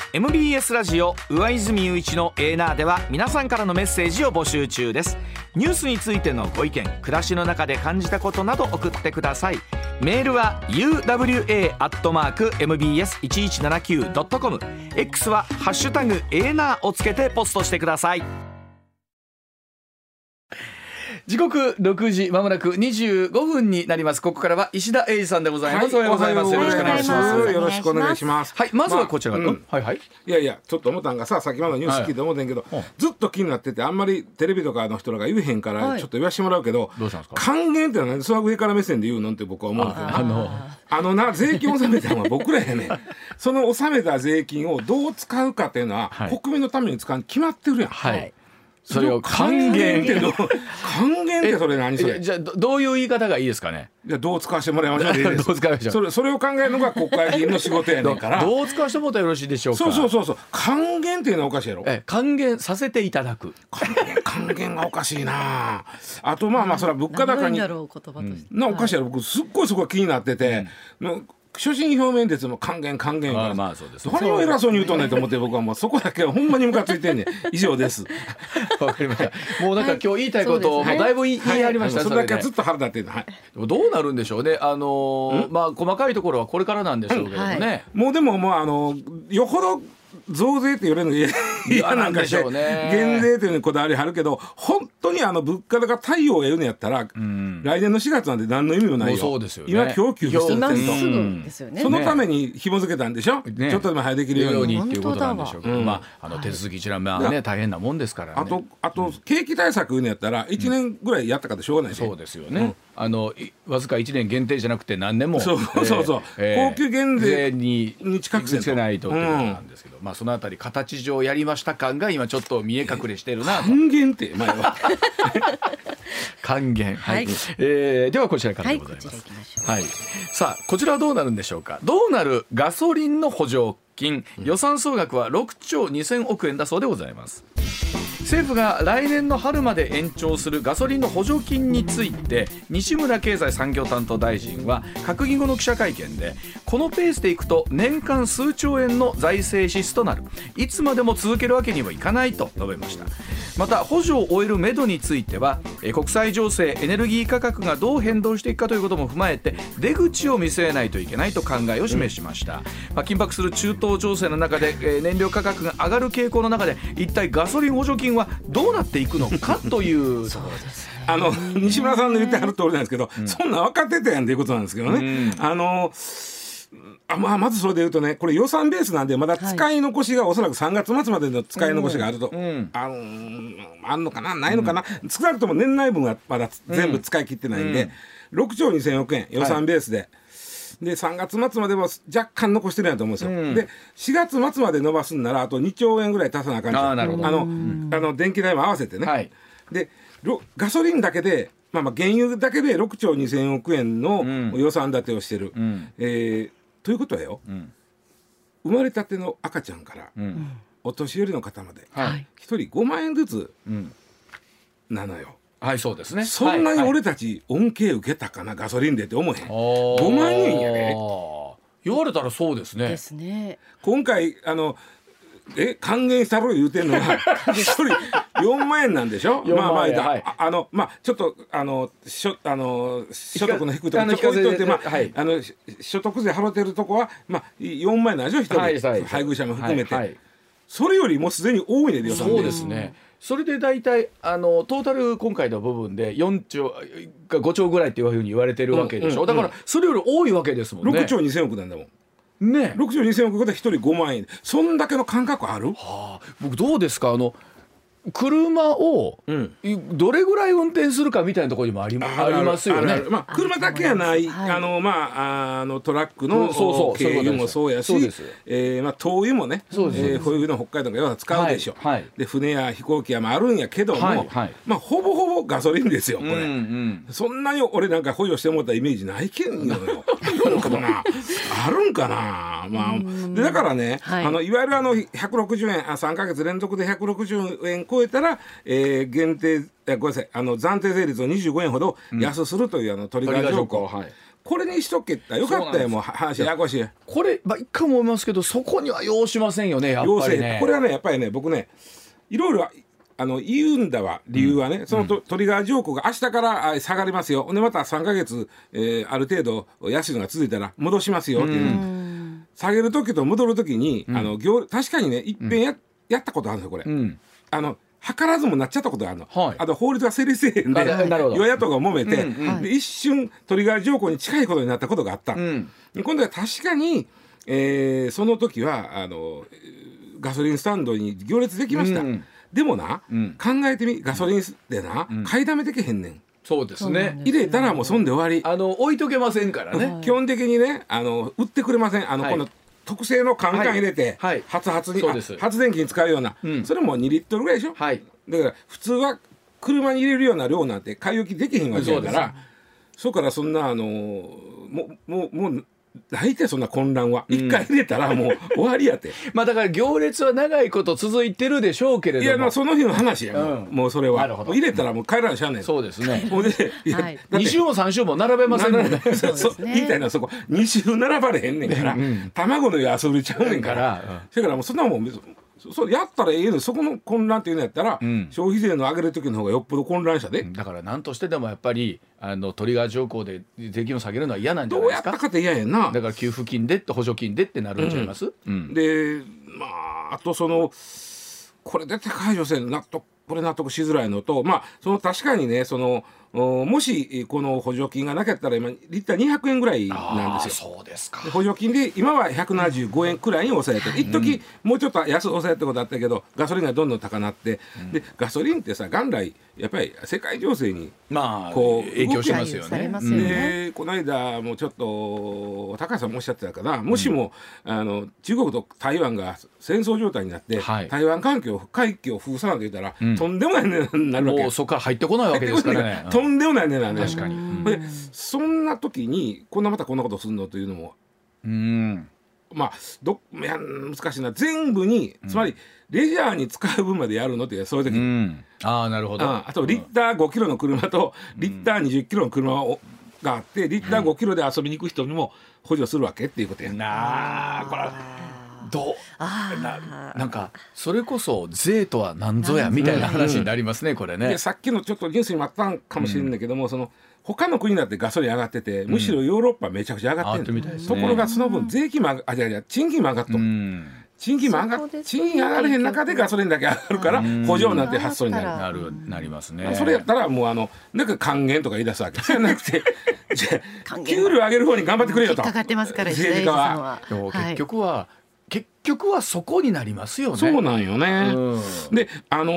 MBS ラジオ上泉雄一のエーナーでは皆さんからのメッセージを募集中です。ニュースについてのご意見、暮らしの中で感じたことなど送ってください。メールは uwa@mbs1179.com、 X はハッシュタグエーナーをつけてポストしてください。時刻6時まもなく25分になります。ここからは石田英二さんでございます。おはようございます。よろしくお願いします。 よろしくお願いします。 はい、まずはこちら、はいはい。 いやいや、ちょっと思ったんがさ、先までニュース聞いて思ってんけど、ずっと気になってて、あんまりテレビとかの人らが言えへんから、ちょっと言わしてもらうけど、 どうしたんですか。 還元ってのは何でその上から目線で言うのって僕は思うんだけど、税金を納めたのは僕らやねその納めた税金をどう使うかっていうのは、国民のために使うに決まってるやん。 はい。それを還元ってそれ何それ。 じゃあどういう言い方がいいですかね。 じゃあどう使わせてもらいましょうでいいです。 どう使いましょう。 それを考えるのが国会議員の仕事やねんからどう使わせてもらったらよろしいでしょうか。 そう還元っていうのはおかしいやろ。 還元させていただく。 還元がおかしいな。あとそれは物価高におかしいやろ。僕すっごいそこが気になってて、所信表明演説も還元そうです。何を偉そうに言うとんねんと思って、僕はもうそこだけはほんまにムカついてんねん。以上です。 わかりました。もうなんか今日言いたいことをだいぶ言いありました。 それだけはずっと腹立ってる。 どうなるんでしょうね。細かいところはこれからなんでしょうけどね。 もうでもよほど増税って言われるの嫌なんかして減税というのにこだわりあるけど、本当に物価高対応を得るのやったら、来年の4月なんて何の意味もないよ。 そうですよね。 今供給してる今すぐですよね。 そのために紐付けたんでしょ、ちょっとでも早くできるようにっていうことなんでしょうけど、手続き一覧大変なもんですからね。 あと景気対策のやったら1年ぐらいやったかでしょうがないし。 そうですよね。わずか1年限定じゃなくて何年も高級減税に近くせないとっていうことなんですけど、そのあたり形上やりました感が今ちょっと見え隠れしてるなと。 還元って前は還元、はい。ではこちらからでございます。はい。さあこちらはどうなるんでしょうか。どうなるガソリンの補助金、予算総額は6兆2000億円だそうでございます。政府が来年の春まで延長するガソリンの補助金について、西村経済産業担当大臣は閣議後の記者会見で、このペースでいくと年間数兆円の財政支出となる、いつまでも続けるわけにはいかないと述べました。また補助を終えるめどについては、国際情勢、エネルギー価格がどう変動していくかということも踏まえて出口を見据えないといけないと考えを示しました。緊迫する中東情勢の中で、燃料価格が上がる傾向の中で、一体ガソリン補助金はどうなっていくのかというそうですね。 西村さんの言ってはる通りなんですけど、そんな分かってたやんっていうことなんですけどね。まずそれで言うとね、これ予算ベースなんで、まだ使い残しがおそらく3月末までの使い残しがあると、あんのかなないのかな、少なくとも年内分はまだ全部使い切ってないんで、6兆2000億円予算ベースで、で3月末までは若干残してるんやと思うんですよ。で4月末まで伸ばすんならあと2兆円ぐらい足さなあかんじゃん。電気代も合わせてね、でガソリンだけで、原油だけで6兆2000億円の予算立てをしてる、ということはよ、生まれたての赤ちゃんから、お年寄りの方まで、1人5万円ずつなのよ。 はいそうですね。 そんなに俺たち恩恵受けたかな、ガソリンでって思えへん。5万円やで。 言われたらそうですね。 ですね。 今回還元したろ言うてんのは1人4万円なんでしょ。ちょっと所得の低いところ置いといて、所得税払ってるとこは4万円なんでしょ1人、配偶者も含めて、それよりもすでに多いねで。 そうですね。それで大体トータル今回の部分で4兆か5兆ぐらいっていうふうに言われてるわけでしょ。だからそれより多いわけですもんね。 6兆2000億なんだもんね。 6兆2000億で1人5万円、そんだけの感覚ある？ 僕どうですか、車をどれぐらい運転するかみたいなところにもありますよね。 車だけやない、トラックの軽油もそうやし、灯油もね、冬の北海道が使うでしょ。で船や飛行機はあるんやけども、ほぼほぼガソリンですよこれ。そんなに俺なんか補助してもらったイメージないけんよ。あるんかな。でだからね、いわゆる160円3ヶ月連続で160円超えたら、限定ごめんなさい、暫定税率を25円ほど安するというトリガー条項、 これにしとけってよかったよ。もう話ややこしい。 これ一回も思いますけど、そこには要しませんよね、やっぱりね。 これはねやっぱりね、僕ねいろいろ言うんだわ理由はね、そのトリガー条項が明日から下がりますよ、でまた3ヶ月、ある程度安いのが続いたら戻しますよっていう、下げる時と戻る時に、確かにねいっぺんやったことあるんですよこれ、図らずもなっちゃったことがあるの、あと法律が成立せえへんで与野党が揉めて、で一瞬トリガー条項に近いことになったことがあった、今度は確かに、その時はガソリンスタンドに行列できました、でもな、考えてみ、ガソリンでな、買いだめできへんねん。 そうですね。 入れたらもうそんで終わり。 置いとけませんからね。 基本的にね、売ってくれません。この特製のカンカン入れて、発に発電機に使うような、それも2リットルぐらいでしょ。だから普通は車に入れるような量なんて買い置きできへんわけだから、そこからそんなもう大体そんな混乱は一回入れたらもう終わりやってだから行列は長いこと続いてるでしょうけれども、 いやその日の話や、もうそれはもう入れたらもう帰らなしゃあない。 そうですね。 ほんで 2週も3週も並べませんもんね。 言いたいのはそこ2週並ばれへんねんから、卵の安売りちゃうねんから、それからもうそんなもんそうやったらええの。そこの混乱っていうのやったら、消費税の上げる時の方がよっぽど混乱したで、 だから何としてでもやっぱりトリガー条項で税金を下げるのは嫌なんじゃないですか。 どうやったかって嫌やんな。 だから給付金でって補助金でってなるんちゃいます、 であとこれ絶対解除せん納得しづらいのと、確かにねもしこの補助金がなかったら今リッター200円ぐらいなんですよ。 そうですか。 補助金で今は175円くらいに抑えてる。一時もうちょっと安く抑えたことあったけど、ガソリンがどんどん高なって、でガソリンってさ元来やっぱり世界情勢に影響しますよね。 でこの間もちょっと高橋さんもおっしゃってたかな、もしも中国と台湾が戦争状態になって、台湾海峡を封鎖なんて言ったら、とんでもない値段になるわけ。 もうそこから入ってこないわけですからね。 とんでもない値段ね。 確かに。 でそんな時にまたこんなことするのというのも難しいな。全部につまりレジャーに使う分までやるのってそういう時に、 なるほど。 あとリッター5キロの車とリッター20キロの車があって、リッター5キロで遊びに行く人にも補助するわけっていうことや。 これなんかそれこそ税とは何ぞやみたいな話になりますね、これね。 でさっきのちょっとニュースにもあったんかもしれないけども、他の国だってガソリン上がってて、むしろヨーロッパめちゃくちゃ上がってる、ところがその分税金も賃金も上がっとる、賃金上がれへん中でガソリンだけ上がるから補助なんて発想になりますね。 それやったらもうなんか還元とか言い出すわけじゃなくて給料上げる方に頑張ってくれよと。 かかってますから政治家は。 結局はそこになりますよね。 そうなんよね。で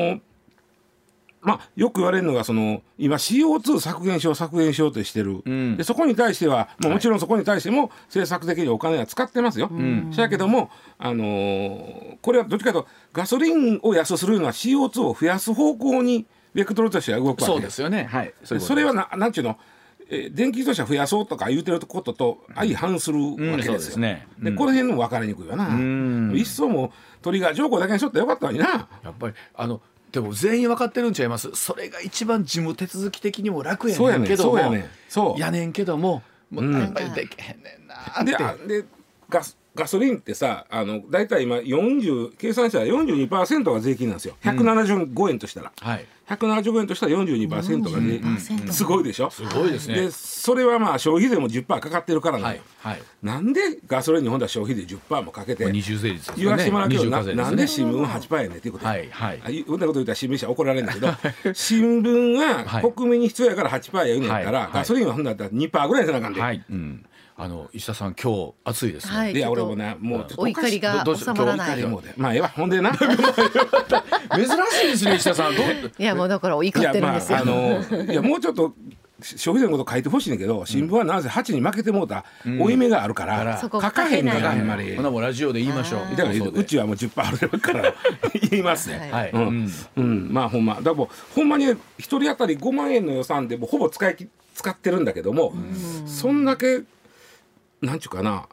よく言われるのが今 CO2 削減しようとしてる、でそこに対してはもちろんそこに対しても政策的にお金は使ってますよ。だけどもこれはどっちかというとガソリンを安くするのは CO2 を増やす方向にベクトルとしては動くわけです。 そうですよね。 それはなんちゅうの電気自動車増やそうとか言うてることと相反するわけですよ。でこの辺も分かりにくいわな。いっそもトリガー条項だけにしとったらよかったのにな。 やっぱりでも全員分かってるんちゃいます。それが一番事務手続き的にも楽やねんけども、やねんけどもやっぱりできへんねんなって。 でガソリンってさだいたい今計算したら 42% が税金なんですよ。175円としたら、175円としたら 42% が税金。すごいでしょ。 すごいですね。 でそれは消費税も 10% かかってるからなのよ。なんでガソリンにほんだら消費税 10% もかけて二重税率ですね。 言わせてもらうけど、なんで新聞 8% やねんっていうことで、こんなこと言ったら新聞社怒られるんだけど新聞が国民に必要やから 8% や言うんやったら、ガソリンはほんだら 2% ぐらいせなあかんで。 石田さん今日暑いですね。 いや俺もねもうお怒りが収まらない。 ほんでな珍しいですね石田さん。 いやもうだから怒ってるんですよ。 いやもうちょっと消費税のこと書いてほしいんだけど、新聞はなぜ8に負けてもうた負い目があるから書かへんからあんまり。 ほなもうラジオで言いましょう。 だからうちはもう 10% あるから言いますね。ほんまだからほんまに1人当たり5万円の予算でもほぼ使ってるんだけども、そんだけなんちゅうかな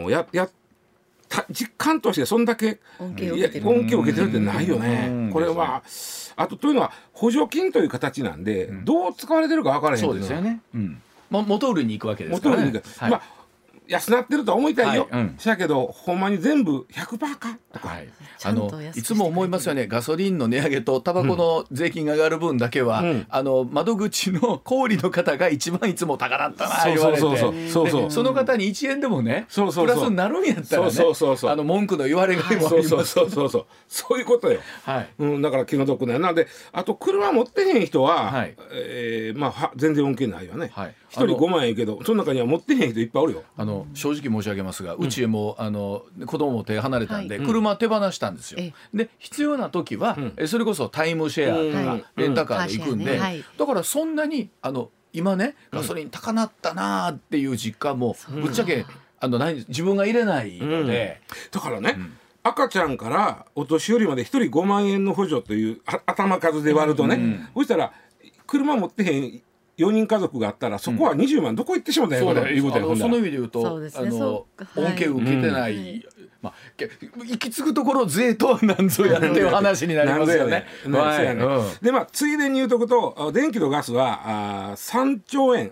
実感としてそんだけ恩恵を受けてるってないよね。これはというのは補助金という形なんで、どう使われてるか分からへんけど、 そうですよね。 元売りに行くわけですからね。 元売りに行く、まあ安なってるとは思いたいよ、しやけどほんまに全部 100% かとか、 いつも思いますよね。ガソリンの値上げとタバコの税金が上がる分だけは、窓口の小売の方が一番いつも高だったな言われて、その方に1円でもねプラスになるんやったらね、文句の言われがいもあります。 そういうことよ、だから気の毒ね。なのであと車持ってへん人は、まあ全然恩恵ないよね。1人5万円やけどその中には持ってへん人いっぱいおるよ。 正直申し上げますが、うちも子供も手離れたんで、車手放したんですよ。で必要な時は、それこそタイムシェアとかレンタカーで行くんで、だからそんなに今ねガソリン高なったなっていう実感もぶっちゃけ自分が入れないので、 だからね、赤ちゃんからお年寄りまで1人5万円の補助という頭数で割るとね、そしたら車持ってへん4人家族があったらそこは20万どこ行ってしまったんや、これいうことや。 その意味で言うと恩恵受けてない、行き着くところ税とは何ぞやっていう話になりますよね。 でついでに言うとくと電気とガスは3兆円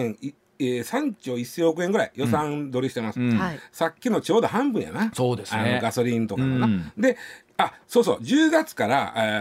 3兆1000億円ぐらい予算取りしてます、さっきのちょうど半分やな。 そうですね、 ガソリンとかのな、で10月から、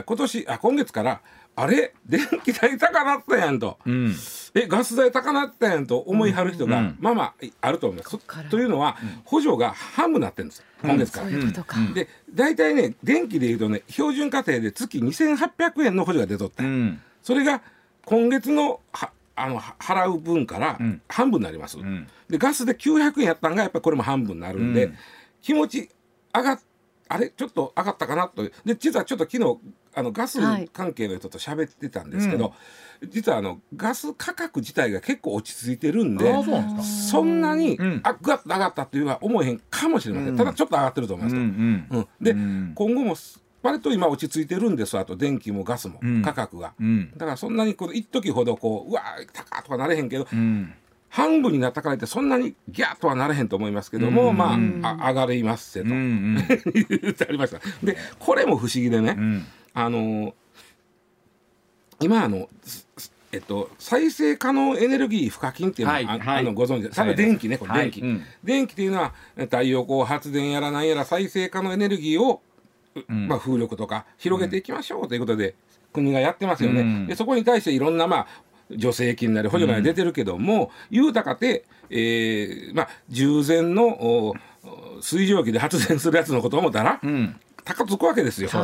今月からあれ電気代高なったやんと、ガス代高なったやんと思いはる人が、まああると思います。というのは、補助が半分になってるんですよ、今月から。で大体ね電気でいうとね標準家庭で月2800円の補助が出とった、それが今月の払う分から半分になります、でガスで900円やったんがやっぱりこれも半分になるんで、気持ちちょっと上がったかなと。で実はちょっと昨日ガス関係の人と喋ってたんですけど、実はガス価格自体が結構落ち着いてるんで、そんなにグワッと上がったというのは思えへんかもしれません、ただちょっと上がってると思いますと、で今後も割と今落ち着いてるんです。あと電気もガスも価格が、だからそんなに一時ほどうわー高とかなれへんけど、半分になったからってそんなにギャーとはなれへんと思いますけども、上がりますせと言ってありました。でこれも不思議でね、今再生可能エネルギー賦課金っていうのは、ご存知で、多分電気ね、これ電気っていうのは太陽光発電やらなんやら再生可能エネルギーを、風力とか広げていきましょうということで国がやってますよね。でそこに対していろんな助成金なり補助なり出てるけども、言うたかて、従前の水蒸気で発電するやつのことを思ったら、高つくわけですよ。火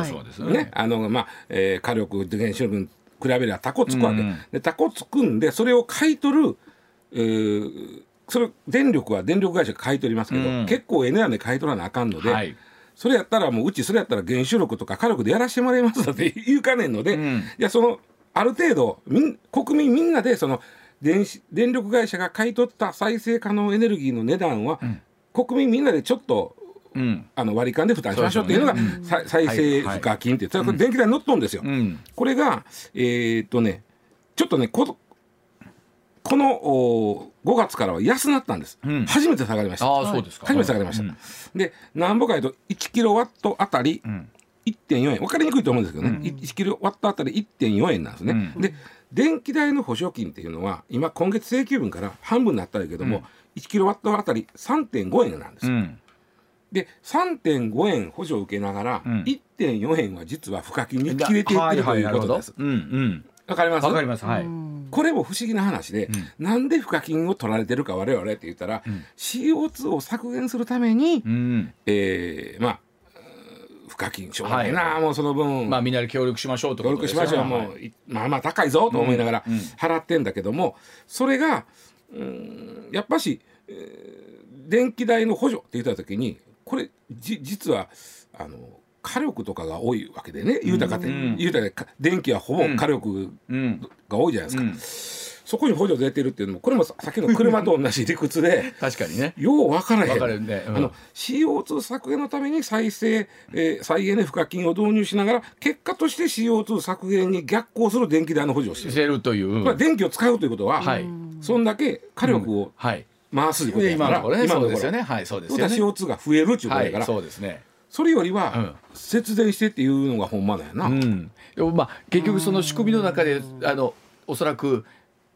力で原子力に比べればタコつくわけ、でタコつくんでそれを買い取る、それ電力は電力会社が買い取りますけど、結構エネルギーで買い取らなあかんので、それやったらもうそれやったら原子力とか火力でやらせてもらいますって言うかねんので、いやある程度国民みんなで電力会社が買い取った再生可能エネルギーの値段は、国民みんなでちょっと、割り勘で負担しましょうっていうのが再生賦課金って、それ電気代に乗っとるんですよ。これがちょっとねこの5月からは安なったんです、初めて下がりました。初めて下がりました、でなんぼかいうと1キロワットあたり、1.4 円分かりにくいと思うんですけどね、1キロワットあたり 1.4 円なんですね、で電気代の補助金っていうのは今月請求分から半分になったんだけども、1キロワットあたり 3.5 円なんです、で 3.5 円補助を受けながら、1.4 円は実は賦課金に切れていってるということです。わかります？わかります。これも不思議な話で、なんで賦課金を取られてるか我々って言ったら、CO2 を削減するために、賦課金しょうがないな、もうその分みんなで協力しましょうとか協力しましょう、もう高いぞと思いながら払ってんだけども、それがやっぱし、電気代の補助って言った時にこれ実は火力とかが多いわけでね、言うたか電気はほぼ火力が多いじゃないですか、そこに補助出てるっていうのもこれもさっきの車と同じ理屈で確かにね、 よう分からへん。 CO2 削減のために再エネ賦課金を導入しながら結果として CO2 削減に逆行する電気代の補助をしてるという、 電気を使うということは、そんだけ火力を回すということだから、 今のところですよね。そうですよね。 CO2 が増えるっていうことだから、 そうですね。 それよりは節電してっていうのがほんまだよな。 でも結局その仕組みの中でおそらく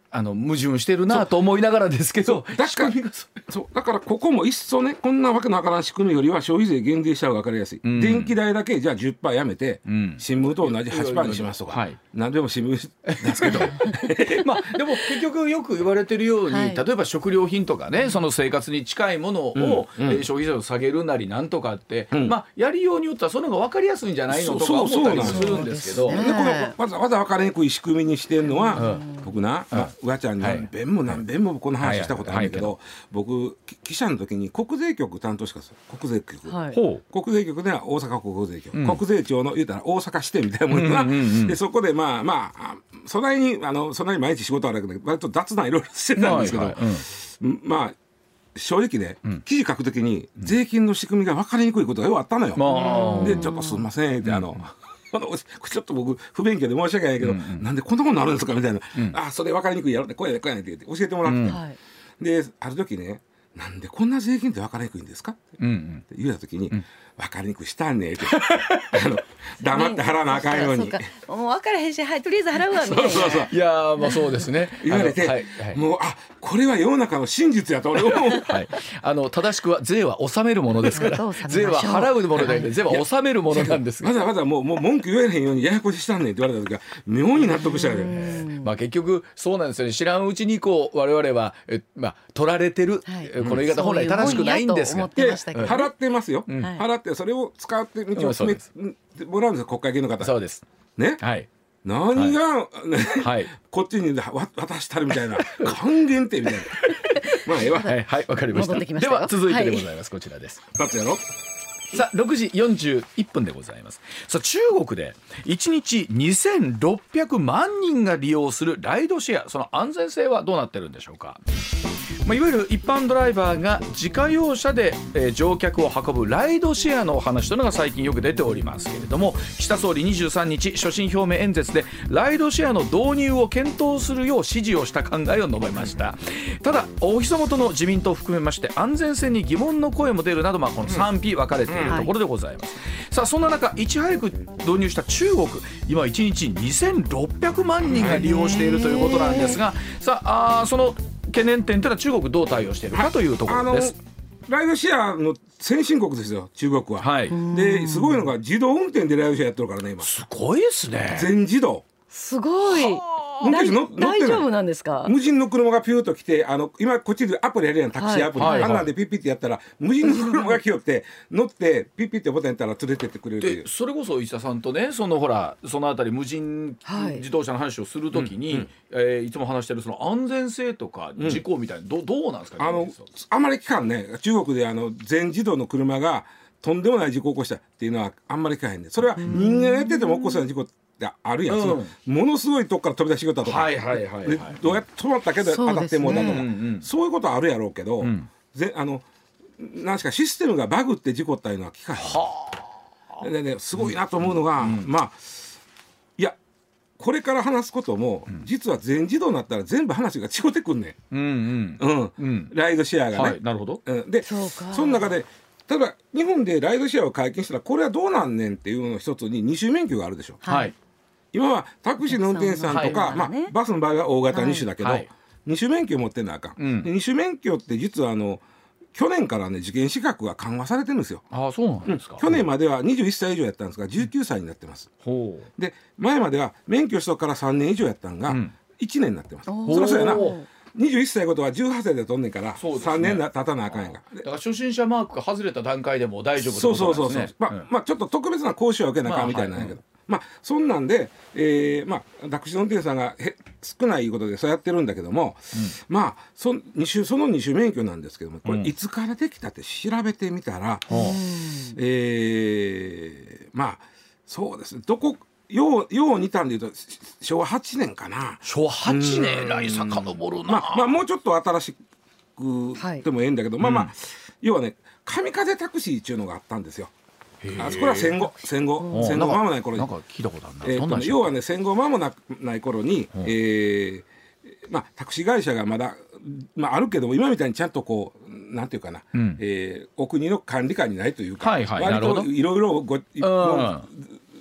矛盾してるなと思いながらですけど、 だからここもいっそね、こんなわけのわからん仕組みよりは消費税減税した方が分かりやすい、電気代だけじゃあ 10% やめて、新聞と同じ 8% にしますとか、何でも新聞ですけどでも結局よく言われてるように、例えば食料品とかね、その生活に近いものを、消費税を下げるなりなんとかって、やりようによってはその方が分かりやすいんじゃないのとか思ったりするんですけど、 このわざわざ分かりにくい仕組みにしてるのは、僕な、うわちゃんに何遍も何遍もこの話したことあるんだけど、僕記者の時に国税局担当しかする。国税局、国税局では大阪国税局、国税庁の言うたら大阪支店みたいなものが、でそこでそないに毎日仕事あるけど割と雑ないろいろしてたんですけど、正直ね、記事書くときに税金の仕組みが分かりにくいことがよくあったのよ。でちょっとすいませんってちょっと僕不勉強で申し訳ないけど、なんでこんなことになるんですかみたいな、それ分かりにくいやろってこうやねって教えてもらって、である時ね、なんでこんな税金って分かりにくいんですかって言うた時に、分かりにくいしたんねって黙って払わなあかんように、 もう分からへんし、とりあえず払うわみたいな。 いやそうですね、 言われて、もうこれは世の中の真実やと俺思う。 正しくは税は納めるものですから税は払うもので、税は納めるものなんですが、 わざもう文句言えへんようにややこししたんねんって言われた時は妙に納得したよね。 結局そうなんですよね。知らんうちに我々は取られてる、この言い方本来正しくないんですが、 払ってますよ、払ってそれを使って道を進めてもらうんですよ、国会議員の方。 そうですね、何が、こっちに渡したるみたいな還元ってみたいなわかりました。では続いてでございます、こちらです。 立つやろ。 さあ6時41分でございます。さあ中国で1日2600万人が利用するライドシェア、その安全性はどうなってるんでしょうか。いわゆる一般ドライバーが自家用車で、乗客を運ぶライドシェアのお話というのが最近よく出ておりますけれども、岸田総理23日所信表明演説でライドシェアの導入を検討するよう指示をした考えを述べました。ただお膝元の自民党を含めまして安全性に疑問の声も出るなど、この賛否分かれているところでございます。さあそんな中いち早く導入した中国、今1日2600万人が利用しているということなんですが、さあその懸念点というのは中国どう対応しているかというところです。 ライドシェアの先進国ですよ、中国は。ですごいのが自動運転でライドシェアやってるからね今。 すごいですね。 全自動。 すごい。大丈夫なんですか。 無人の車がピューと来て、今こっちでアプリやるやん、タクシーアプリ、あんなんでピッピッてやったら無人の車が来よって乗ってピッピッてボタンやったら連れてってくれるという。 それこそ石田さんとね、そのあたり無人自動車の話をするときに、いつも話してるその安全性とか事故みたいな、どうなんですか。 あまり聞かんね。中国で全自動の車がとんでもない事故を起こしたっていうのはあんまり聞かへんね。それは人間がやってても起こすような事故あるやん、そのものすごいとこから飛び出してきたとか、どうやって止まったけど当たってもうたとか、そういうことはあるやろうけど、何しかシステムがバグって事故ったいうのは聞かへん。でね、すごいなと思うのが、いやこれから話すことも、実は全自動になったら全部話が違ってくんねん、ライドシェアがね。 なるほど。 でその中で例えば日本でライドシェアを解禁したらこれはどうなんねんっていうのの一つに二種免許があるでしょ。今はタクシーの運転手さんとか、バスの場合は大型2種だけど、二種免許持ってんのあかん。二種免許って実は去年からね受験資格が緩和されてるんですよ。 そうなんですか。 去年までは21歳以上やったんですが19歳になってます。で前までは免許取得から3年以上やったんが1年になってます。そりゃそうやな。21歳ことは18歳で取んねんから3年経たなあかんやんか。 だから初心者マークが外れた段階でも大丈夫ってことなんですね。 ちょっと特別な講習は受けなあかんみたいなんやけど、そんなんでタクシーの運転手さんが少ないことでそうやってるんだけども、その二種免許なんですけども、これいつからできたって調べてみたら、そうですね、よう似たんで言うと昭和8年かな。 昭和8年来遡るな。 もうちょっと新しくでもええんだけど、要はね神風タクシーっていうのがあったんですよ。あそこは戦後間もない頃に。 なんか聞いたことあるな。 要はね戦後間もない頃に、タクシー会社がまだ、あるけども今みたいにちゃんとこうなんていうかな、お国の管理下にないというか、割といろいろ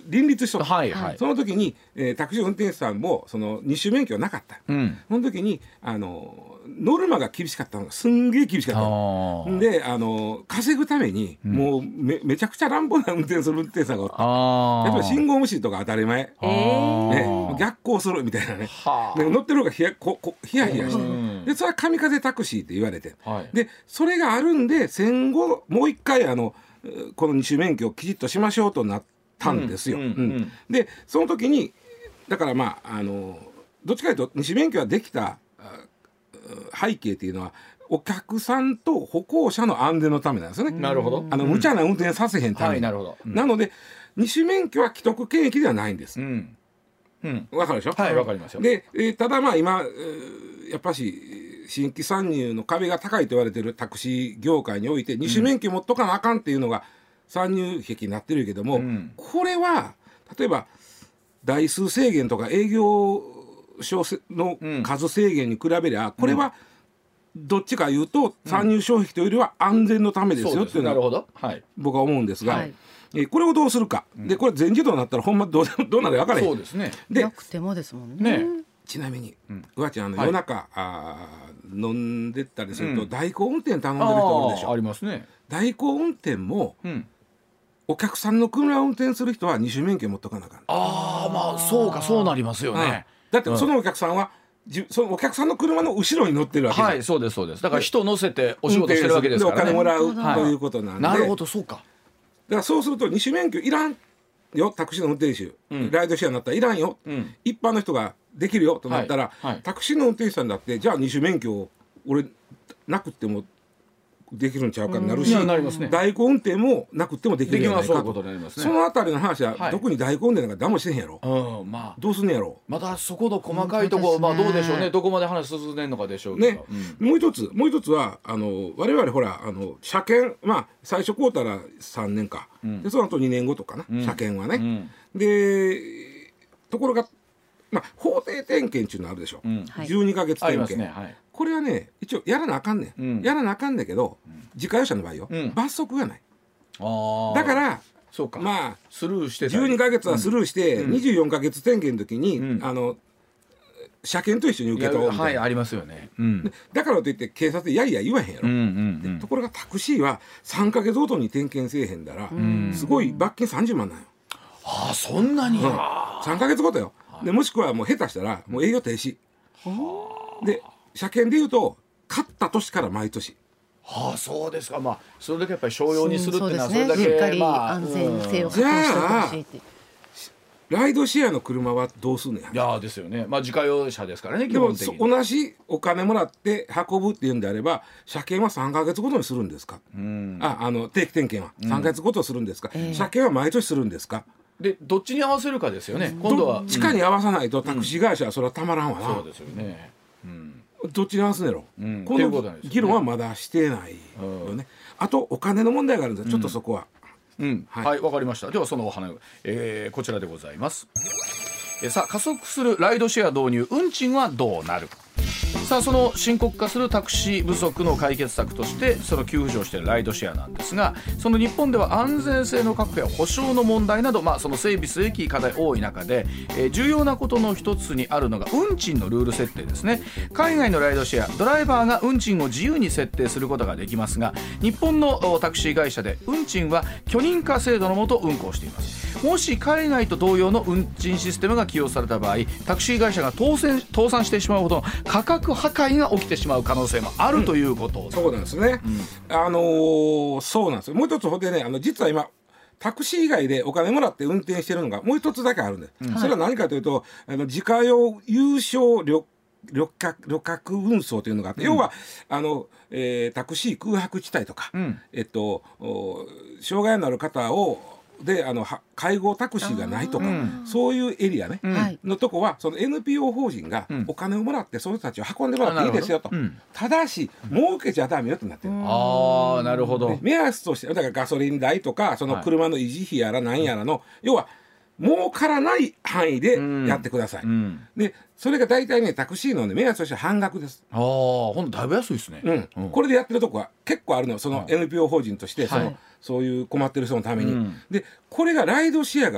林立しとった、 はいはい、 その時に、タクシー運転手さんもその二種免許はなかった、その時にノルマが厳しかったのがすんげえ厳しかったので稼ぐためにもう めちゃくちゃ乱暴な運転する運転手さんがおった。やっぱり信号無視とか当たり前、ね、逆行するみたいなね、で乗ってる方がヒヤヒヤして、でそれは神風タクシーって言われて、でそれがあるんで戦後もう一回この二種免許をきちっとしましょうとなったんですよ。でその時にだからまあどっちかというと二種免許ができた背景っていうのはお客さんと歩行者の安全のためなんですよね。 なるほど。 無茶な運転させへんために、なので二種免許は既得権益ではないんです。わかるでしょ。 はい、わかりますよ。 で、ただまあ今やっぱし新規参入の壁が高いと言われているタクシー業界において二種免許持っとかなあかんっていうのが参入壁になってるけども、これは例えば台数制限とか営業所の数制限に比べりゃ、これはどっちかいうと参入障壁というよりは安全のためですよっていうのは僕は思うんですが、これをどうするか、でこれ全自動になったらほんまどうなるか分からへん。 そうですね。 でなくてもですもんね。 ちなみにうわちゃん夜中飲んでったりすると代行運転頼んでる人いるでしょ。 ありますね。 代行運転もお客さんの車を運転する人は二種免許持っとかなあかん。 まあそうか、そうなりますよね。 だってそのお客さんはそのお客さんの車の後ろに乗ってるわけです。 はい、そうですそうです。だから人を乗せてお仕事してるわけですからね。 お金もらうということなんで。 なるほど、そうか。 だからそうすると二種免許いらんよ、タクシーの運転手、ライドシェアになったらいらんよ、一般の人ができるよとなったら、タクシーの運転手さんだってじゃあ二種免許を俺なくってもできるんちゃうかになるし、代行運転もなくてもできるんじゃないかと。そのあたりの話は特に代行運転なんか誰もしてへんやろ。どうすんねやろ。 またそこの細かいところ、どうでしょうね。どこまで話進んでんのかでしょうけど、 もう一つは我々ほら車検、最初買うたら3年か、でその後2年後とかな、車検はね、でところが法定点検っていうのあるでしょ、12ヶ月点検、これはね一応やらなあかんねん、やらなあかんねんけど自家用車の場合よ、罰則がない。だからそうか、 スルーして12ヶ月はスルーして、24ヶ月点検の時に、車検と一緒に受け取るみたいな、 ありますよね。 だからといって警察でやいや言わへんやろ。ところがタクシーは3ヶ月ごとに点検せえへんだら、すごい罰金30万なんよ。 そんなに、 3ヶ月ごとよ。でもしくはもう下手したらもう営業停止で、車検でいうと勝った年から毎年。 そうですか。それだけやっぱり商用にするっていうのはそれだけ、 しっかり安全性を確保してほしいって。 ライドシェアの車はどうすんねん。 いやですよね。自家用車ですからね。 でも同じお金もらって運ぶっていうんであれば、車検は3ヶ月ごとにするんですか。定期点検は3ヶ月ごとにするんですか。車検は毎年するんですか。 でどっちに合わせるかですよね。今度はどっちかに合わさないとタクシー会社はそれはたまらんわな。 そうですよね。 どっちに合わすんやろ。この議論はまだしてないよね。あとお金の問題があるんです。ちょっとそこは。 はい、わかりました。ではそのお話、こちらでございます。さあ加速するライドシェア導入、運賃はどうなる。さあその深刻化するタクシー不足の解決策としてその急浮上しているライドシェアなんですが、その日本では安全性の確保や保証の問題など、その整備すべき課題多い中で、重要なことの一つにあるのが運賃のルール設定ですね。海外のライドシェア、ドライバーが運賃を自由に設定することができますが、日本のタクシー会社で運賃は許認可制度のもと運行しています。もし海外と同様の運賃システムが起用された場合、タクシー会社が倒産してしまうほどの価格破壊が起きてしまう可能性もあるということ、 そうなんですね。そうなんですよ。もう一つほんでね、実は今タクシー以外でお金もらって運転してるのがもう一つだけあるんで、それは何かというと自家用有償旅客運送というのがあって、要はタクシー空白地帯とか、障害のある方で介護タクシーがないとか、そういうエリアね、のとこはその NPO 法人がお金をもらってその人たちを運んでもらっていいですよと、ただし儲けちゃダメよとなってる。 なるほど。 目安としてだからガソリン代とかその車の維持費やら何やらの、要は儲からない範囲でやってください。でそれが大体ねタクシーの、目安として半額です。 ほんとだいぶ安いですね。 これでやってるとこは結構あるの。その NPO 法人としてそういう困ってる人のために。でこれがライドシェアがもし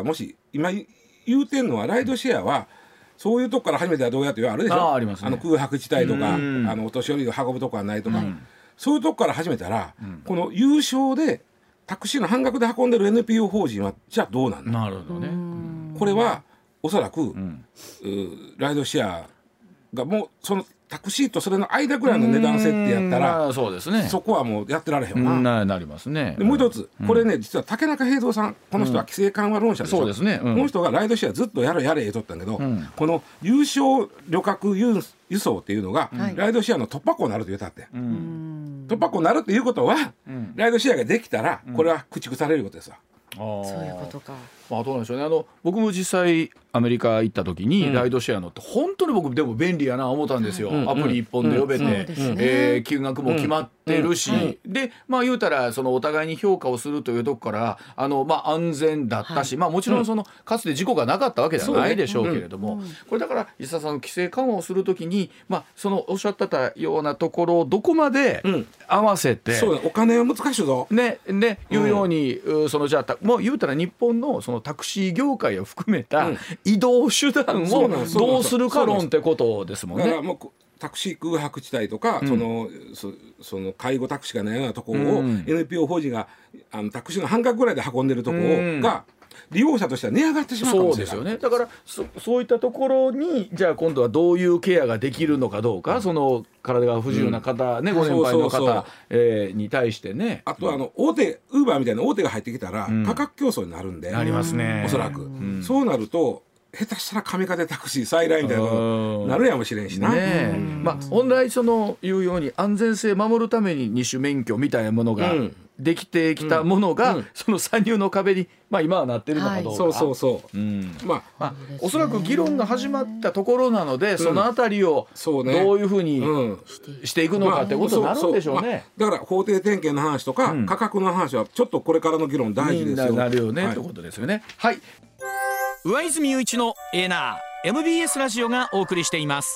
今言うてんのはライドシェアはそういうとこから始めたらどうやってあるでしょ。 ありますね。 空白地帯とかお年寄りを運ぶとこはないとか、そういうとこから始めたら、この有償でタクシーの半額で運んでる NPO 法人はじゃあどうなんだ。 なるほどね。 これはおそらく、ライドシェアがもうそのタクシーとそれの間ぐらいの値段設定やったら、 そうですね、 そこはもうやってられへんわなりますね。 でもう一つ、これね実は竹中平蔵さん、この人は規制緩和論者でしょ、 そうですね、 この人がライドシェアずっとやれ言うとったんだけど、この有償旅客輸送っていうのが、ライドシェアの突破口になると言うたって、突破口になるっていうことは、ライドシェアができたらこれは駆逐されることですわ。 そういうことか。 どうなんでしょうね。僕も実際アメリカ行った時にライドシェア乗って本当に僕でも便利やな思ったんですよ。アプリ一本で呼べて、金額も決まってるし、で言うたらそのお互いに評価をするというとこから安全だったし、もちろんそのかつて事故がなかったわけではないでしょうけれども、これだから石田さん規制緩和をする時にそのおっしゃってたようなところをどこまで合わせて、 そうだ、お金は難しいぞねいうように、そのじゃあもう言うたら日本のそのタクシー業界を含めた移動手段をどうするか論ってことですもんね。 だからもうタクシー空白地帯とか、その介護タクシーがないようなところを、NPO 法人がタクシーの半額ぐらいで運んでるところが、利用者としては値上がってしまうかもしれない。 そうですよね。だからそういったところにじゃあ今度はどういうケアができるのかどうか、その体が不自由な方ね、ご年配の方に対してね。 あとは大手ウーバーみたいな大手が入ってきたら、価格競争になるんで、 なりますね、 おそらく、そうなると下手したら神風タクシー再来みたいなのになるやもしれんしな、 本来そのいうように安全性守るために二種免許みたいなものができてきたものが、その参入の壁に、今はなってるのかどうか、おそらく議論が始まったところなので、そのあたりをどういうふうにしていくのかってことになるんでしょうね。 だから法定点検の話とか、価格の話はちょっとこれからの議論大事ですよ。 なるよね、ってことですよね。はい、 上泉雄一のエナー MBS ラジオがお送りしています。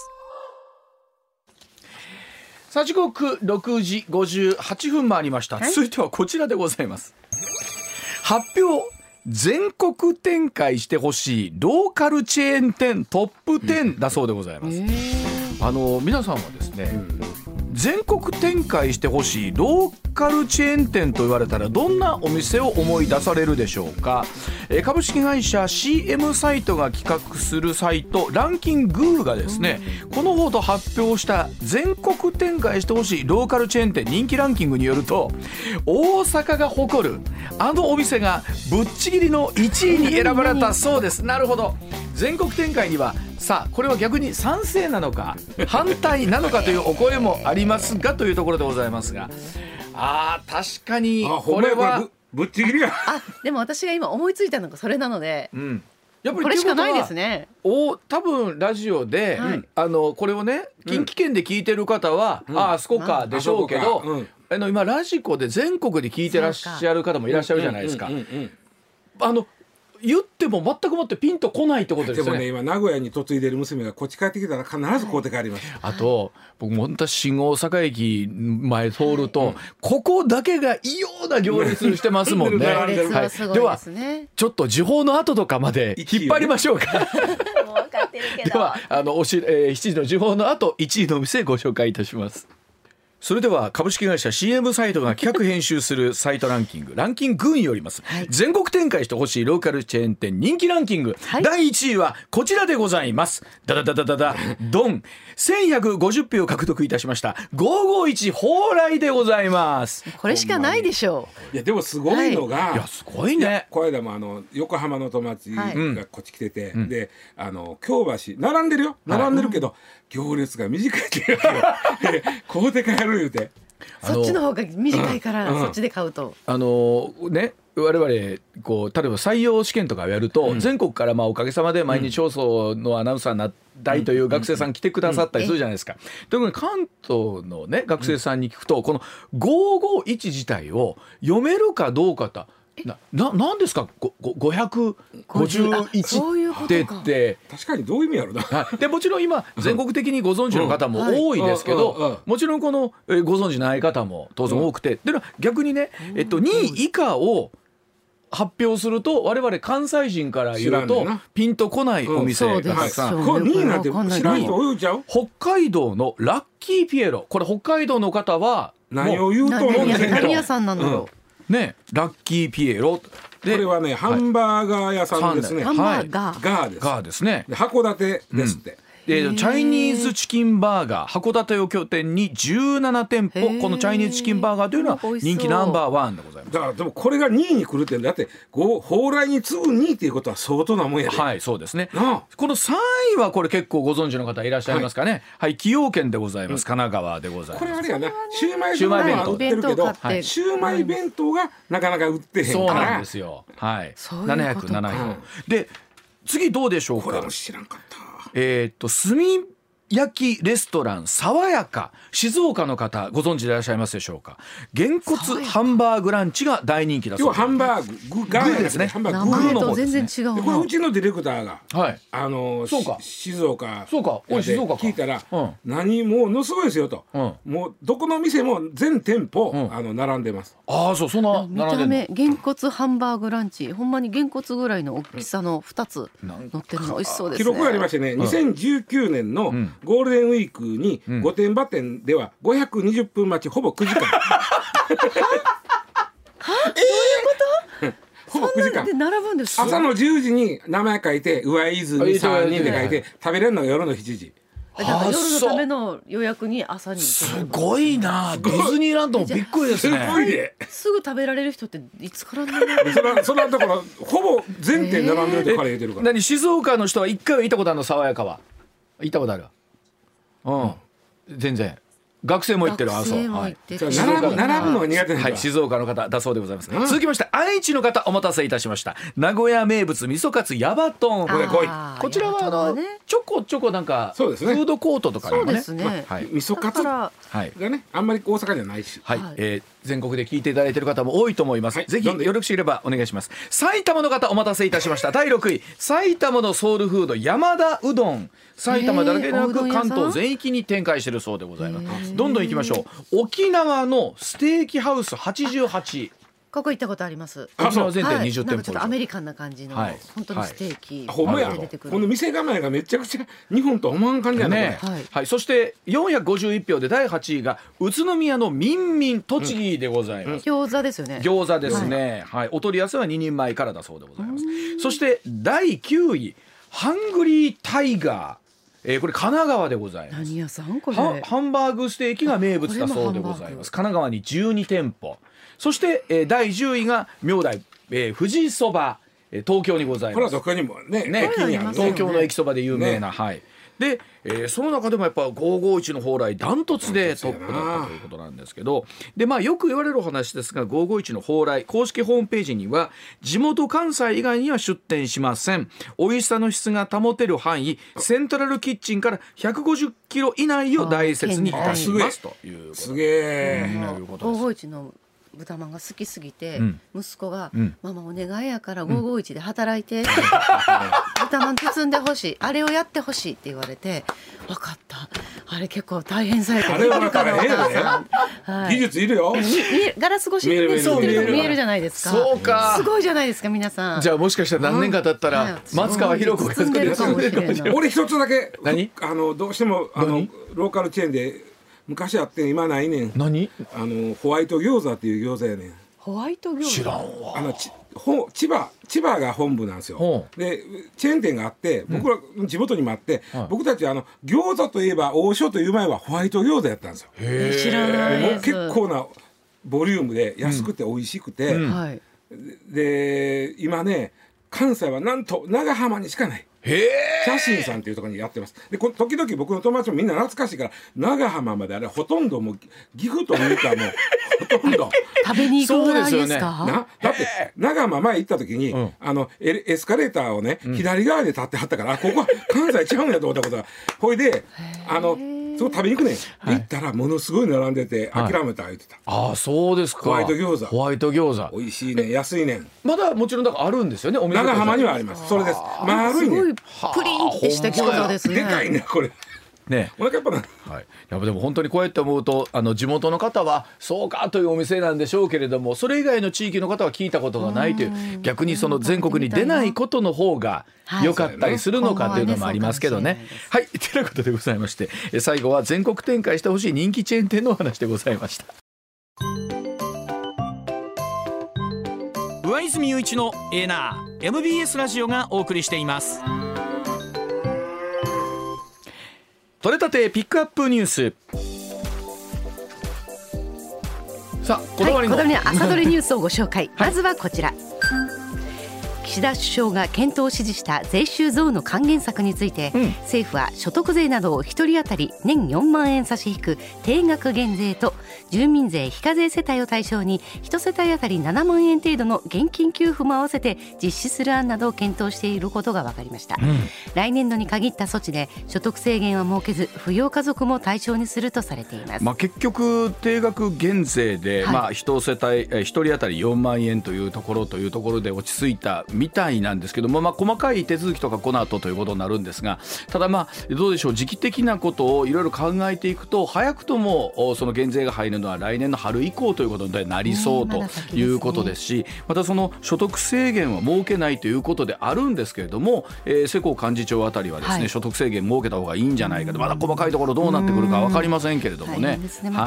さあ時刻6時58分回りました、続いてはこちらでございます。発表、全国展開してほしいローカルチェーン店トップ10だそうでございます。皆さんはですね、全国展開してほしいローカルチェーン店と言われたらどんなお店を思い出されるでしょうか。株式会社 CM サイトが企画するサイトランキングがですね、このほど発表した全国展開してほしいローカルチェーン店人気ランキングによると、大阪が誇るあのお店がぶっちぎりの1位に選ばれたそうです。なるほど。全国展開にはさあこれは逆に賛成なのか反対なのかというお声もありますがというところでございますが、確かにこれはぶっちぎりや。 でも私が今思いついたのがそれなので、 やっぱりこれしかないですね。 多分ラジオで、これをね近畿圏で聞いてる方は、あそこかでしょうけど、今ラジコで全国で聞いてらっしゃる方もいらっしゃるじゃないですか。言っても全くもってピンとこないってことですよね。 でもね、今名古屋に嫁いでる娘がこっち帰ってきたら必ず買うて帰ります。 あと僕も本当は新大阪駅前通ると、ここだけが異様な行列してますもんね。 行列はすごいですね。 ちょっと時報の後とかまで引っ張りましょうか。 もう分かってるけど。 では7時の時報の後1位の店ご紹介いたします。それでは株式会社 CM サイトが企画編集するサイトランキングによります、全国展開してほしいローカルチェーン店人気ランキング、第1位はこちらでございます。ダダドン、1150票獲得いたしました551蓬莱でございます。 これしかないでしょう。 いやでもすごいのが、 いやすごいね。 この間も横浜の友達がこっち来てて、で京橋並んでるよ、並んでるけど、行列が短いって買うて帰る言うて、 そっちの方が短いからそっちで買うと、 ね、我々例えば採用試験とかをやると、全国からおかげさまで毎日放送のアナウンサーになったいという学生さん来てくださったりするじゃないですか。特に関東のね学生さんに聞くと、この551自体を読めるかどうかと、なんですか551って確かにどういう意味やろな。 でもちろん今全国的にご存知の方も多いですけど、もちろんこのご存知ない方も当然多くて、で逆にね、2位以下を発表すると我々関西人から言うとピンとこないお店がたくさん、 これ2位なんて知らん人多いちゃう。 北海道のラッキーピエロ、これ北海道の方は何を言うと思うんだけど、 何屋さんなんだろう、ね、ラッキーピエロで、 これはねハンバーガー屋さんですね。 ハンバーガー、 ガーです。 ガーですね。 で函館ですって、 でチャイニーズチキンバーガー函館を拠点に17店舗、このチャイニーズチキンバーガーというのは人気ナンバーワンでございます。 だからでもこれが2位に来るってだって蓬莱に次ぐ2位っていうことは相当なもんやで。 はい、そうですね。 なあ、 この3位はこれ結構ご存知の方いらっしゃいますかね。はい、崎陽軒でございます。神奈川でございます。 これあれやな、シューマイ弁当は売ってるけど、シューマイ弁当がなかなか売ってへんから。 そうなんですよ。はい、700、700で次どうでしょうか。 これも知らんかった。 炭焼きレストラン爽やか、静岡の方ご存知でいらっしゃいますでしょうか。げんこつハンバーグランチが大人気だそうです。 今日ハンバーグがですね。 ハンバーグ名前の方と全ですね。 然違うな。 これうちのディレクターが、 はい、そうか静岡そうか、おい静岡か聞いたら、 うん、 何ものすごいですよと、 うん、 もうどこの店も全店舗、並んでます。 ああ、そんな見た目げんこつハンバーグランチ、ほんまにげんこつぐらいの大きさの2つ乗ってるの美味しそうですね。 記録がありましてね、2019年のゴールデンウィークに御殿場店では520分待ち、ほぼ9時間ほぼ9時間で並ぶんです。 朝の10時に名前書いて上泉3人で書いて食べれるのが夜の7時。 だから夜のための予約に朝にすごいな。ディズニーランドもびっくりですね。 すごいで。 すぐ食べられる人っていつからなんだろう。 それはだからほぼ全店並んでるって彼言ってるから。 何、静岡の人は一回は行ったことあるの。爽やかは行ったことある。全然学生も行ってる。 学生も行ってる。 並ぶのが苦手なんだ。 はい、静岡の方だそうでございます。続きまして愛知の方お待たせいたしました。名古屋名物味噌カツヤバトン。これ来い。こちらはちょこちょこなんかフードコートとかにもね。 そうですね。 味噌カツがねあんまり大阪じゃないし。 はい、全国で聞いていただいている方も多いと思います。ぜひよろしければお願いします。埼玉の方お待たせいたしました。第6位、埼玉のソウルフード山田うどん。埼玉だけでなく関東全域に展開しているそうでございます。どんどん行きましょう。沖縄のステーキハウス88。 ここ行ったことあります。 沖縄全店20店舗以上。 なんかちょっとアメリカンな感じの、本当にステーキほんまや。この店構えがめちゃくちゃ日本と思わん感じやね。 はい。そして451票で第8位が宇都宮のみんみん栃木でございます。 餃子ですよね。 餃子ですね。はい。お取り寄せは2人前からだそうでございます。そして第9位ハングリータイガー。これ神奈川でございます。 何屋さんこれ。 ハンバーグステーキが名物だそうでございます。神奈川に12店舗。そして、第10位が明大、富士そば、東京にございます。 これはどこにもね、駅にある東京の駅そばで有名な、はい。で、その中でもやっぱ551の蓬莱ダントツでトップだったということなんですけど、でよく言われるお話ですが、551の蓬莱公式ホームページには地元関西以外には出店しません。美味しさの質が保てる範囲、セントラルキッチンから150キロ以内を大切にいたしますということ。 すげえ。 551の豚まんが好きすぎて、息子が、ママお願いやから551で働いて、豚まん包んでほしい、あれをやってほしいって言われて、分かった、あれ結構大変されてるから技術いるよ。 ガラス越しにねそう見えるじゃないですか。 そうか、 すごいじゃないですか皆さん。 じゃあもしかしたら何年か経ったら松川博子が作ってるかもしれない。 俺一つだけ何どうしてもローカルチェーンで昔あって今ないねん。 何？ ホワイト餃子っていう餃子やねん。 ホワイト餃子。 知らんわ。 千葉が本部なんですよ。でチェーン店があって僕ら地元にもあって、僕たち餃子といえば王将という前はホワイト餃子やったんですよ。 知らないです。 結構なボリュームで安くて美味しくて、で今ね関西はなんと長浜にしかない。写真さんっていうところにやってます。で時々僕の友達もみんな懐かしいから長浜まであれほとんどもう岐阜というかもうほとんど食べに行くぐらいですか。 だって長浜前行った時に、エスカレーターをね、左側で立ってはったからここは関西違うんやと思ったことがほいでそこ食べに行くねん。行ったらものすごい並んでて諦めた言ってた。 ああそうですか。 ホワイト餃子。 ホワイト餃子。 美味しいね、安いねん。 まだもちろんだからあるんですよね。お店長浜にはあります。それです。丸いね。 プリンってした餃子ですね。 でかいねこれ。 ね、 お腹やっぱな、 はい、やっぱでも本当にこうやって思うと地元の方はそうかというお店なんでしょうけれども、それ以外の地域の方は聞いたことがないという、逆にその全国に出ないことの方が良かったりするのかというのもありますけどね。はい、ということでございまして、最後は全国展開してほしい人気チェーン店のお話でございました。 上泉雄一のエナー MBS ラジオがお送りしています。 取れたてピックアップニュース。さあ、こだわりの朝どれニュースをご紹介まずはこちら。岸田首相が検討を指示した税収増の還元策について、政府は所得税などを1人当たり年4万円差し引く定額減税と、住民税非課税世帯を対象に1世帯当たり7万円程度の現金給付も合わせて実施する案などを検討していることが分かりました。来年度に限った措置で所得制限は設けず、扶養家族も対象にするとされています。 結局定額減税で、1世帯1人当たり4万円というところで落ち着いたみたいなんですけども、細かい手続きとかこの後ということになるんですが、ただどうでしょう、時期的なことをいろいろ考えていくと、早くともその減税が入るのは来年の春以降ということになりそうということですし、またその所得制限は設けないということであるんですけれども、世耕幹事長あたりはですね、所得制限設けた方がいいんじゃないかと、まだ細かいところどうなってくるか分かりませんけれどもね。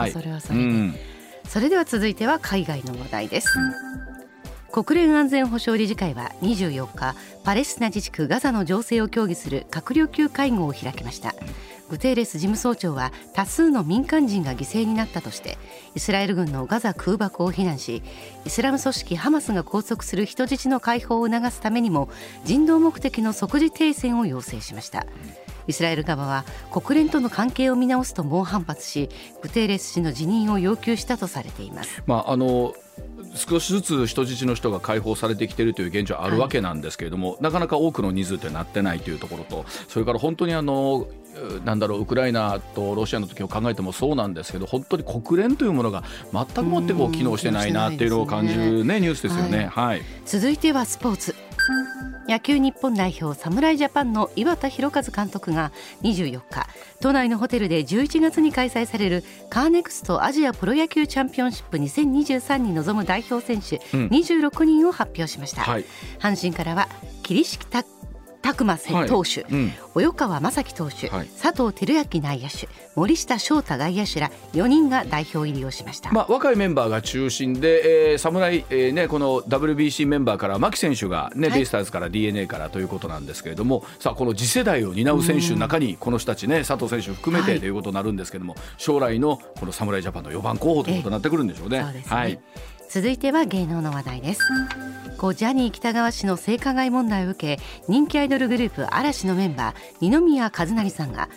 それでは続いては海外の話題です。国連安全保障理事会は24日、パレスチナ自治区ガザの情勢を協議する閣僚級会合を開きました。グテーレス事務総長は多数の民間人が犠牲になったとして、イスラエル軍のガザ空爆を非難し、イスラム組織ハマスが拘束する人質の解放を促すためにも人道目的の即時停戦を要請しました。イスラエル側は国連との関係を見直すと猛反発し、グテーレス氏の辞任を要求したとされています。 少しずつ人質の人が解放されてきているという現状あるわけなんですけれども、なかなか多くの人数ってなってないというところと、それから本当にウクライナとロシアの時を考えてもそうなんですけど、本当に国連というものが全くもって機能してないなっていうのを感じる、ニュースですよね。 続いてはスポーツ。野球日本代表侍ジャパンの岩田寛和監督が24日、都内のホテルで11月に開催されるカーネクストアジアプロ野球チャンピオンシップ2023に臨む代表選手26人を発表しました。阪神からは桐敷拓磨投手、及川雅樹投手、佐藤輝明内野手、森下翔太外野手ら4人が代表入りをしました。 若いメンバーが中心で、侍、この WBC メンバーから牧選手が、ベイスターズから DNA からということなんですけれども、さあこの次世代を担う選手の中にこの人たち佐藤選手含めてということになるんですけれども、将来のこの侍ジャパンの4番候補ということになってくるんでしょうね。 そうですね。続いては芸能の話題です。ジャニー喜多川氏の性加害問題を受け、人気アイドルグループ嵐のメンバー二宮和也さんが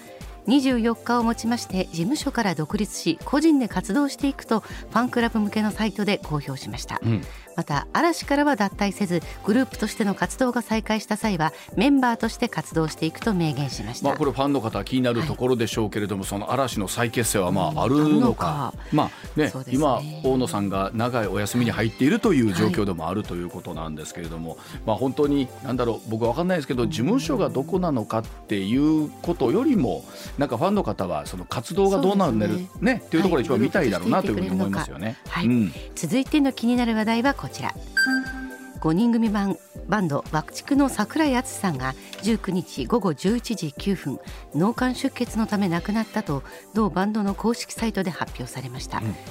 24日をもちまして事務所から独立し、個人で活動していくとファンクラブ向けのサイトで公表しました。また嵐からは脱退せず、グループとしての活動が再開した際はメンバーとして活動していくと明言しました。 これファンの方は気になるところでしょうけれども、その嵐の再結成はあるのか、今大野さんが長いお休みに入っているという状況でもあるということなんですけれども、本当に僕は分かんないですけど、事務所がどこなのかっていうことよりも、なんかファンの方はその活動がどうなるねっていうところが一番見たいだろうなというふうに思いますよね。 続いての気になる話題はこちら。5人組バンド爆竹の櫻井敦さんが19日午後11時9分脳幹出血のため亡くなったと同バンドの公式サイトで発表されました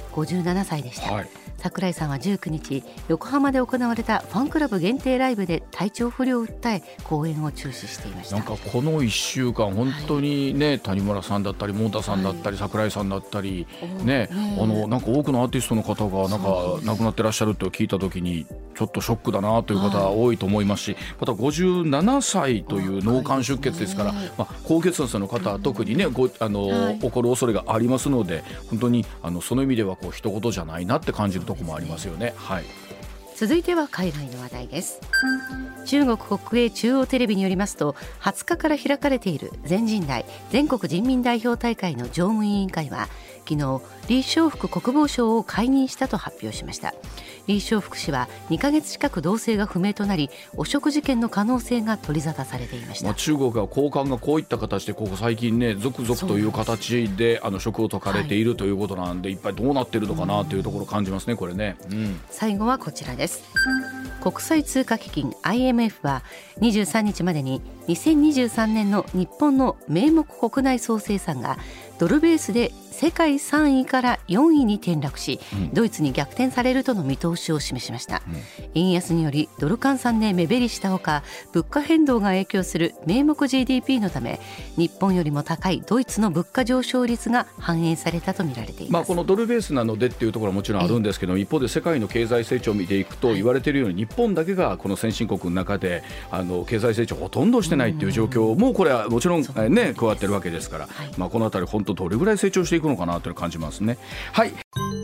。57歳でした。櫻井さんは19日横浜で行われたファンクラブ限定ライブで体調不良を訴え公演を中止していました。 なんかこの1週間本当に谷村さんだったり桃田さんだったり櫻井さんだったりなんか多くのアーティストの方が亡くなってらっしゃると聞いた時にちょっちょっとショックだなという方は多いと思いますし、また57歳という脳幹出血ですから、高血圧の方は特にね起こる恐れがありますので、本当にその意味では一言じゃないなって感じるところもありますよね。 続いては海外の話題です。中国国営中央テレビによりますと、20日から開かれている全人代全国人民代表大会の常務委員会は昨日李尚福国防相を解任したと発表しました。李尚福氏は2ヶ月近く動静が不明となり、汚職事件の可能性が取り沙汰されていました。 中国は高官がこういった形でここ最近ね続々という形で職を解かれているということなんで、いっぱいどうなっているのかなというところを感じますねこれね、 最後はこちらです。国際通貨基金 IMF は23日までに2023年の日本の名目国内総生産がドルベースで世界3位から4位に転落し、ドイツに逆転されるとの見通しを示しました。円安によりドル換算で目減りしたほか、物価変動が影響する名目 GDP のため、日本よりも高いドイツの物価上昇率が反映されたと見られています。 このドルベースなのでっていうところはもちろんあるんですけど、一方で世界の経済成長を見ていくと言われているように、日本だけがこの先進国の中で経済成長ほとんどしてないっていう状況もこれはもちろんね加わってるわけですから、このあたり本当どれぐらい成長していくのかなという感じますね。はい。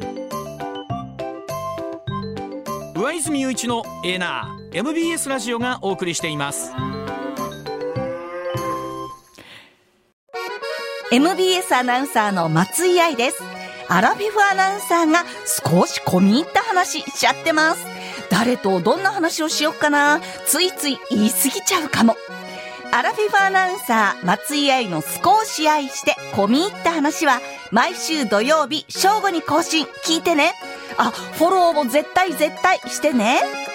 上泉雄一のエナー MBS ラジオがお送りしています。 MBS アナウンサーの松井愛です。アラフィフアナウンサーが少し込み入った話しちゃってます。誰とどんな話をしよっかな、ついつい言い過ぎちゃうかも。アラフィフアナウンサー松井愛の少し愛して込み入った話は毎週土曜日正午に更新、聞いてね。フォローも絶対してね。